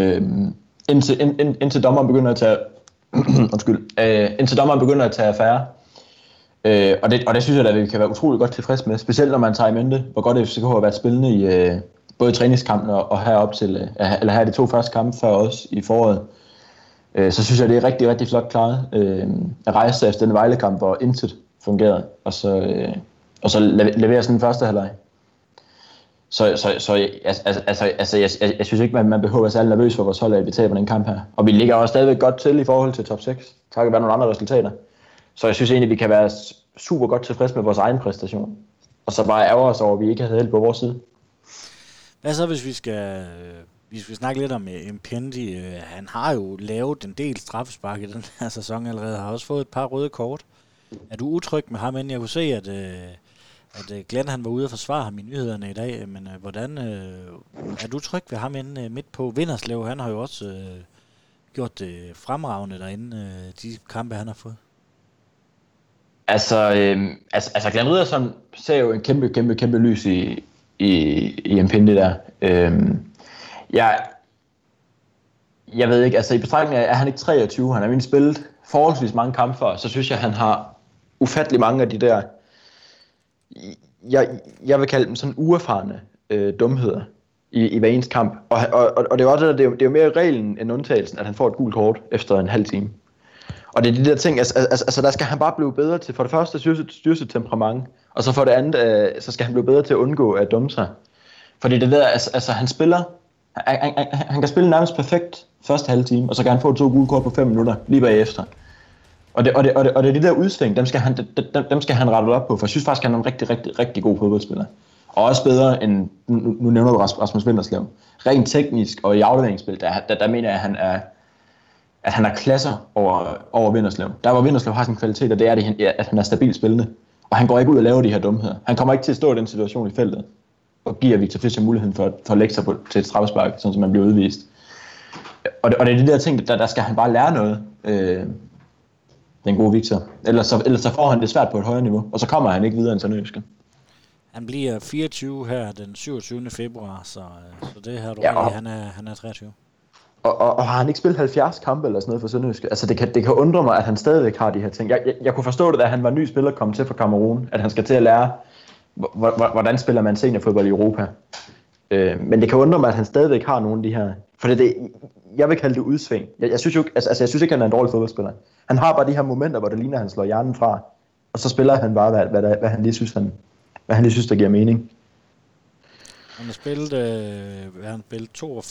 indtil dommeren begynder at tage indtil dommeren begynder at tage affære. Og det synes jeg, at vi kan være utrolig godt tilfreds med, specielt når man tager i mente, hvor godt FCK har været spillende i både i træningskampen og her i de 2 første kampe før os i foråret. Så synes jeg, det er rigtig, rigtig flot klaret at rejse sig efter den Vejle-kamp, hvor intet fungerede, og så levere sådan en første halvleg. Jeg synes ikke, man behøver at være særlig nervøs for vores hold, at vi taber den kamp her. Og vi ligger også stadigvæk godt til i forhold til top 6. Takket være nogle andre resultater. Så jeg synes egentlig, vi kan være super godt tilfreds med vores egen præstation. Og så bare ærger os over, at vi ikke havde held på vores side. Hvad så, hvis vi skal snakke lidt om Mpendi? Han har jo lavet en del straffespark i den her sæson allerede. Har også fået et par røde kort. Er du utryg med ham? Men jeg kunne se, at Glenn han var ude og forsvare ham i nyhederne i dag. Men hvordan er du tryg ved ham inde midt på? Vinderslev, han har jo også gjort det fremragende derinde, de kampe, han har fået. Altså Glenn Riddersson ser jo en kæmpe lys i Mpendi der. Jeg ved ikke, altså i betragtning af, er han ikke 23, han har egentlig spillet forholdsvis mange kampe før, så synes jeg, han har ufattelig mange af de der, jeg vil kalde dem sådan uerfarne dumheder i hver eneste kamp. Og det er jo også det er jo mere reglen end undtagelsen, at han får et gult kort efter en halv time. Og det er de der ting, altså der skal han bare blive bedre til, for det første styre sit temperament, og så for det andet, så skal han blive bedre til at undgå at dumme sig. Fordi det der, altså han spiller, han kan spille nærmest perfekt første halve time, og så kan han få 2 gule kort på 5 minutter, lige bagefter. Og det er de der udsving, dem skal han rette op på, for jeg synes faktisk, han er en rigtig god fodboldspiller. Og også bedre end, nu nævner du Rasmus Vinderslev. Rent teknisk og i afleveringsspil, der mener jeg, at han er klasser over Vinderslev. Der hvor Vinderslev har sin kvalitet, og det er, at han er stabilt spillende. Og han går ikke ud og laver de her dumheder. Han kommer ikke til at stå i den situation i feltet, og giver Victor Fischer muligheden for at lægge sig til et straffespark, sådan som man bliver udvist. Og det er de der ting, der skal han bare lære noget, den gode Victor. Ellers så får han det svært på et højere niveau, og så kommer han ikke videre end Sønderjyske. Han bliver 24 her den 27. februar, så det har du han er 23. Og har han ikke spillet 70 kampe eller sådan noget for Sønderjyske? Altså det kan undre mig, at han stadigvæk har de her ting. Jeg kunne forstå det, da han var ny spiller, kom til fra Cameroun, at han skal til at lære, hvordan spiller man seniorfodbold i Europa. Men det kan undre mig, at han stadigvæk har nogle af de her. For jeg vil kalde det udsving. Jeg synes jo, jeg synes ikke, han er en dårlig fodboldspiller. Han har bare de her momenter, hvor det ligner, at han slår hjernen fra, og så spiller han bare, hvad han lige synes, der giver mening. Han har spillet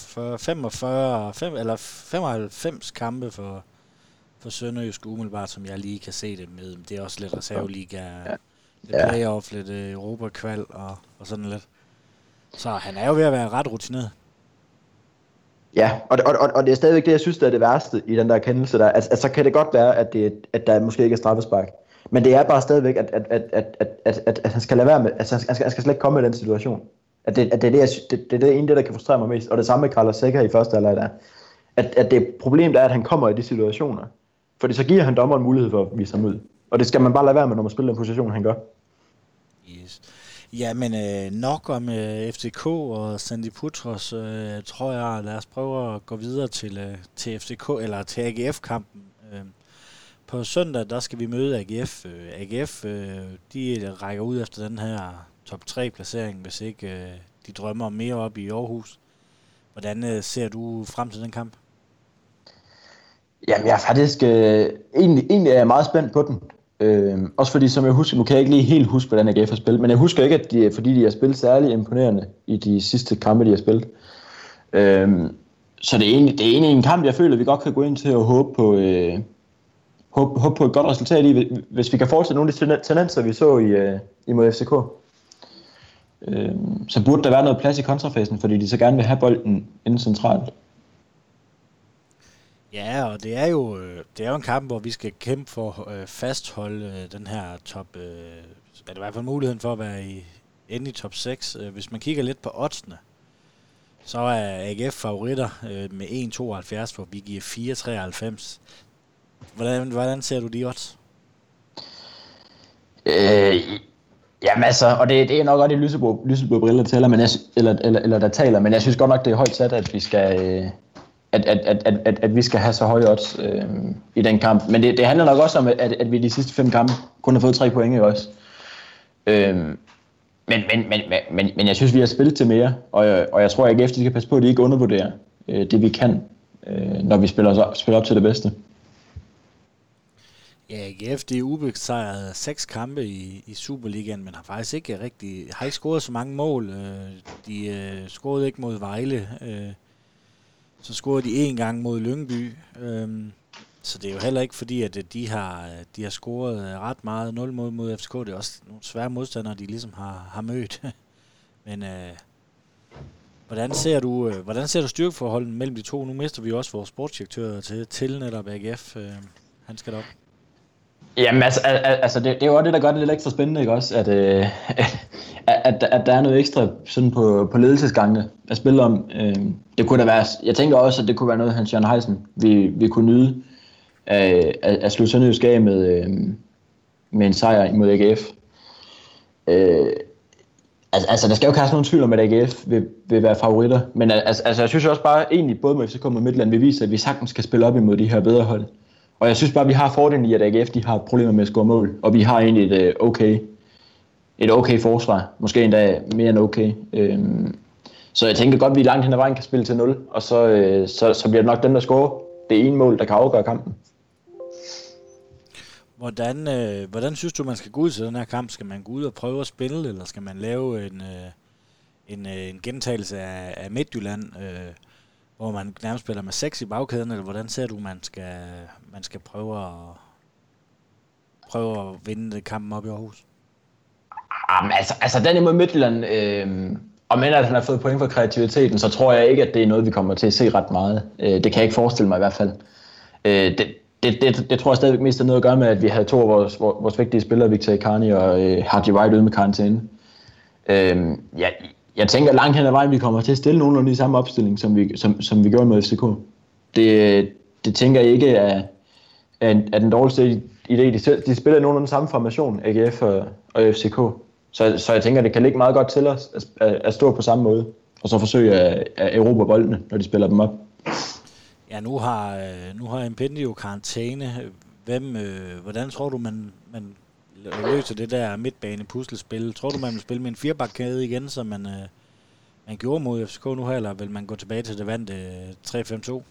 95 kampe for Sønderjysk umiddelbart, som jeg lige kan se det med. Det er også lidt reserveliga, lidt playoff, lidt Europa-kval og sådan lidt. Så han er jo ved at være ret rutineret. Ja, og det er stadigvæk det, jeg synes, der er det værste i den der kendelse der. Altså kan det godt være, at der måske ikke er straffespark. Men det er bare stadigvæk, at han skal lade være med, altså han skal slet ikke komme i den situation. Det er det ene, der kan frustrere mig mest. Og det samme med Carlos Seca i første halvleg der. At det problem der er, at han kommer i de situationer. Fordi så giver han dommeren mulighed for at vise ham ud. Og det skal man bare lade være med, når man spiller den position, han gør. Yes. Ja, men nok om FCK og Sandy Putros, tror jeg. Lad os prøve at gå videre til FCK, eller til AGF-kampen. På søndag, der skal vi møde AGF. AGF, de rækker ud efter den her top 3-placering, hvis ikke de drømmer mere op i Aarhus. Hvordan ser du frem til den kamp? Jamen, jeg er faktisk egentlig er jeg meget spændt på den. Også fordi, som jeg husker, nu kan jeg ikke lige helt huske, hvordan AGF har spillet, men jeg husker ikke, at fordi de har spillet særlig imponerende i de sidste kampe, de har spillet. Så det er egentlig en kamp, jeg føler, at vi godt kan gå ind til og håbe på et godt resultat i, hvis vi kan fortsætte nogle af de tendenser, vi så imod FCK. Så burde der være noget plads i kontrafasen, fordi de så gerne vil have bolden inden centralt. Ja, og det er jo en kamp, hvor vi skal kæmpe for at fastholde den her top, er det i hvert fald muligheden for at være inde i top 6. Hvis man kigger lidt på oddsene, så er AGF favoritter med 1,72, hvor vi giver 4,93. Hvordan ser du de odds? Jamen altså, og det er nok godt i lyseblå briller tæller, men eller der taler, men jeg synes godt nok, det er højt sat, at vi skal at vi skal have så høje odds i den kamp. Men det handler nok også om, at vi de sidste 5 kampe kun har fået 3 point også. Men jeg synes, vi har spillet til mere, og jeg tror, at AGF skal passe på, at de ikke undervurderer det, vi kan, når vi spiller op til det bedste. Ja, AGF, det er ubesejret 6 kampe i Superligaen, men har faktisk ikke scoret så mange mål. De scorede ikke mod Vejle. Så scorede de 1 gang mod Lyngby. Så det er jo heller ikke fordi, at de har scoret ret meget 0 mål mod FCK. Det er også nogle svære modstandere, de ligesom har mødt. Men hvordan ser du styrkeforholden mellem de to? Nu mister vi jo også vores sportsdirektør til netop AGF. Han skal op. Jamen altså det er jo også det, der gør det lidt ekstra spændende, ikke også? At der er noget ekstra sådan på ledelsesgangene at spille om. Det kunne da være, jeg tænker også, at det kunne være noget, Hans Jørgen Heisen vi kunne nyde at slutte Sønderjysk af med en sejr imod AGF. Altså der skal jo ikke have nogen tvivl om, at AGF vil være favoritter. Men altså jeg synes også bare egentlig, både med FCK og Midtland, vi viser, at vi sagtens skal spille op imod de her bedre hold. Og jeg synes bare, at vi har fordelen i, at AGF de har problemer med at score mål. Og vi har egentlig et okay forsvar. Måske endda mere end okay. Så jeg tænker godt, at vi langt hen ad vejen kan spille til 0. Og så bliver det nok dem, der scorer det ene mål, der kan afgøre kampen. Hvordan synes du, man skal gå ud til den her kamp? Skal man gå ud og prøve at spille, eller skal man lave en gentagelse af Midtjylland, hvor man nærmest spiller med 6 i bagkæden, eller hvordan ser du, man skal prøve at vinde kampen op i Aarhus? Jamen, altså den imod Midtjylland, og men at han har fået point for kreativiteten, så tror jeg ikke, at det er noget, vi kommer til at se ret meget. Det kan jeg ikke forestille mig i hvert fald. Det tror jeg stadigvæk mest er noget at gøre med, at vi havde 2 af vores vigtige spillere, Victor Icarni og Haji Wright ude med karantæne. Jeg tænker langt hen ad vejen, vi kommer til at stille nogenlunde i samme opstilling, som vi gjorde med FCK. Det tænker jeg ikke er den dårligste idé. De spiller nogenlunde samme formation, AGF og FCK. Så jeg tænker, det kan ligge meget godt til os at stå på samme måde, og så forsøge at erobre boldene, når de spiller dem op. Ja, nu har Mpendi jo karantæne. Hvordan tror du, man løser det der midtbane-puslespil? Tror du, man vil spille med en 4-bakkæde igen, som man gjorde mod FCK nu her, eller vil man gå tilbage til det vante 3-5-2?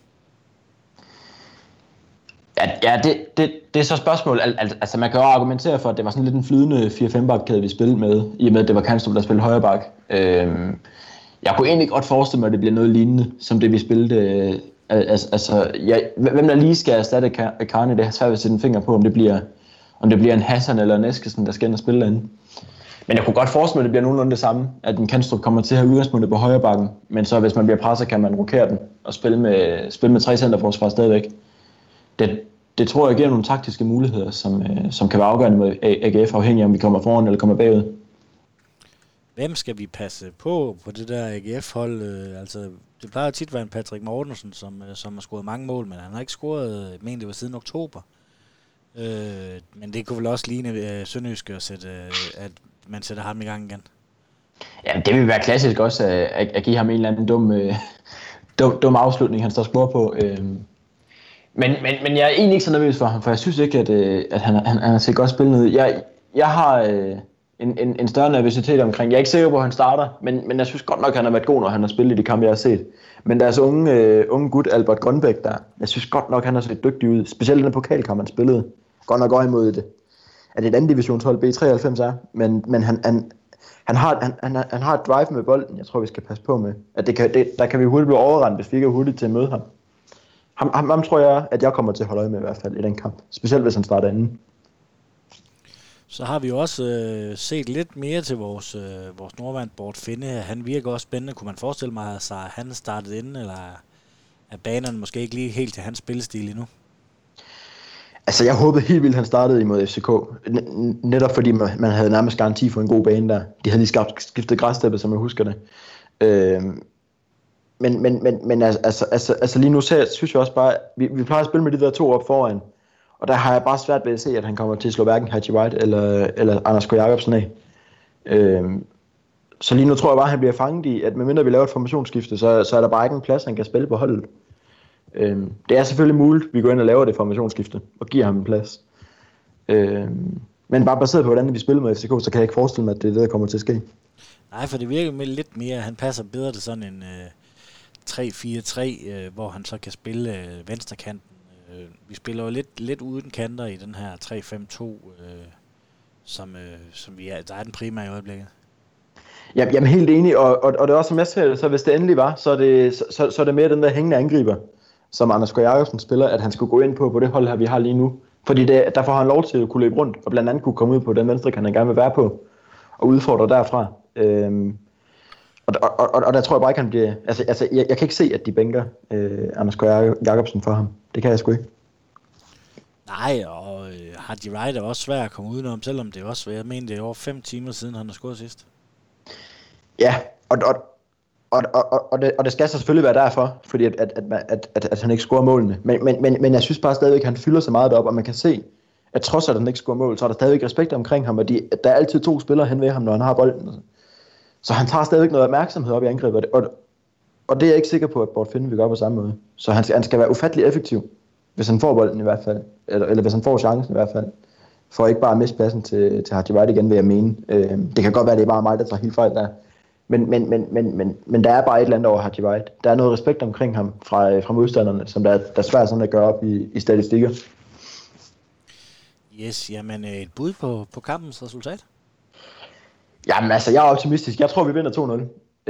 Ja, det er så spørgsmål. Altså, man kan jo argumentere for, at det var sådan lidt en flydende 4-5-bakkæde, vi spillede med, i og med, at det var Kanstrup, der spillede højre bak. Jeg kunne egentlig godt forestille mig, at det bliver noget lignende, som det vi spillede. Hvem der lige skal erstatte Karne, det har svært ved at sætte en finger på, om det bliver en Hassan eller en Eskesen, der skal ind og spille derinde. Men jeg kunne godt forestille mig, at det bliver nogenlunde det samme, at en Kanstrup kommer til at have udgangspunktet på højre bakken, men så hvis man bliver presset, kan man rokere den og spille med 3 centerforsvar stadigvæk. Det tror jeg giver nogle taktiske muligheder, som kan være afgørende med AGF, afhængig af om vi kommer foran eller kommer bagud. Hvem skal vi passe på det der AGF-hold? Altså, det plejer tit at være en Patrick Mortensen, som har scoret mange mål, men han har ikke scoret, men det var siden oktober. Men det kunne vel også ligne Sønderjyske at man sætter ham i gang igen. Ja, det vil være klassisk også at give ham en eller anden dum afslutning, han står spor på. Men jeg er egentlig ikke så nervøs for ham, for jeg synes ikke, at han har set godt spillet ud. Jeg har en større nervøsitet omkring. Jeg er ikke sikker på, at han starter, men jeg synes godt nok, at han har været god, når han har spillet i de kampe, jeg har set. Men deres unge gut, Albert Grønbæk, der, jeg synes godt nok, han har set dygtig ud. Specielt den pokalkamp, han spillede. Godt nok imod det. At det et andet divisionshold, B93 er. Men han har et drive med bolden, jeg tror, vi skal passe på med. At der kan vi hurtigt blive overrendt, hvis vi ikke er hurtigt til at møde ham. Ham tror jeg, at jeg kommer til at holde øje med i hvert fald i den kamp. Specielt hvis han starter anden. Så har vi jo også set lidt mere til vores nordmand-bord Finde. Han virker også spændende. Kunne man forestille mig, at han startede inden, eller er banerne måske ikke lige helt til hans spillestil endnu? Altså, jeg håbede helt vildt, han startede imod FCK. Netop fordi man havde nærmest garanti for en god bane der. De havde lige skiftet græssteppe, som jeg husker det. Men altså lige nu synes jeg også bare, vi plejer at spille med de der 2 op foran. Og der har jeg bare svært ved at se, at han kommer til at slå hverken Haji White eller Anders K. Jacobsen af. Så lige nu tror jeg bare, at han bliver fanget i, at medmindre vi laver et formationsskifte, så er der bare ikke en plads, han kan spille på holdet. Det er selvfølgelig muligt, at vi går ind og laver det formationsskifte og giver ham en plads. Men bare baseret på, hvordan vi spiller med FCK, så kan jeg ikke forestille mig, at det er det, der kommer til at ske. Nej, for det virker med lidt mere. Han passer bedre til sådan en 3-4-3, hvor han så kan spille venstrekanten. Vi spiller jo lidt uden kanter i den her 3-5-2, som der er den primære i øjeblikket. Jamen helt enig, og det er også som jeg ser det, så hvis det endelig var, så er det mere den der hængende angriber, som Anders K. Jacobsen spiller, at han skulle gå ind på det hold her, vi har lige nu. Fordi der får han lov til at kunne løbe rundt, og blandt andet kunne komme ud på den venstre kan han gerne vil være på, og udfordre derfra. Og der tror jeg bare ikke, han bliver... Altså jeg kan ikke se, at de bænker Anders K. Jacobsen for ham. Det kan jeg sgu ikke. Nej, og Haji Wright er også svær at komme udenom, selvom det er også, jeg mener, det er over 5 timer siden, han har scoret sidst. Ja, og det skal så selvfølgelig være derfor, fordi at han ikke scorer målene. Men jeg synes bare stadigvæk, at han fylder så meget op, og man kan se, at trods at han ikke scorer mål, så er der stadigvæk respekt omkring ham, og der er altid 2 spillere hen ved ham, når han har bolden. Så han tager stadigvæk noget opmærksomhed op i angrebet, og det er jeg ikke sikker på, at Bort Finde vil gøre på samme måde. Så han skal være ufattelig effektiv, hvis han får bolden i hvert fald, eller hvis han får chancen i hvert fald, for ikke bare at miste pladsen til Haji Wright igen, vil jeg mene. Det kan godt være, at det er bare mig, der tager helt fejl der. Men der er bare et eller andet over Haji Wright. Der er noget respekt omkring ham fra modstanderne, som der er svært sådan at gøre op i statistikker. Yes, jamen et bud på kampens resultat? Jamen altså, jeg er optimistisk. Jeg tror, vi vinder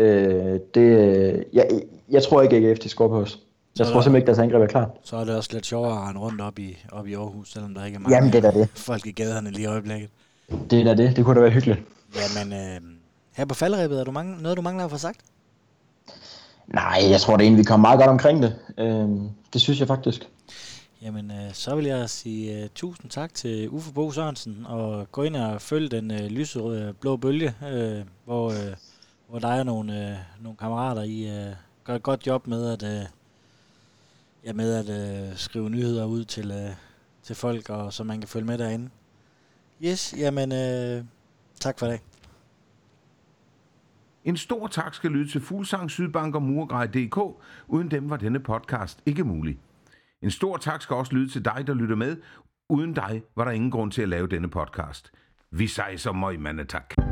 2-0. Jeg tror ikke, at AGF scorer på os. Jeg tror simpelthen ikke, deres angreb er klar. Så er det også lidt sjovere at rende rundt op i Aarhus, selvom der ikke er mange folk i gaderne lige i øjeblikket. Det er da det. Det kunne da være hyggeligt. Jamen, her på falderebet, er du noget, du mangler at få sagt? Nej, jeg tror det egentlig, vi kommer meget godt omkring det. Det synes jeg faktisk. Jamen, så vil jeg sige tusind tak til Uffe Bo Sørensen, og gå ind og følge den lyserøde blå bølge, hvor der er nogle kammerater, I gør et godt job med at skrive nyheder ud til folk, og så man kan følge med derinde. Yes, jamen, tak for det. En stor tak skal lyde til Fuglsang, Sydbank og Murgrej.dk. Uden dem var denne podcast ikke mulig. En stor tak skal også lyde til dig, der lytter med. Uden dig var der ingen grund til at lave denne podcast. Vi sejser møg, mandetak.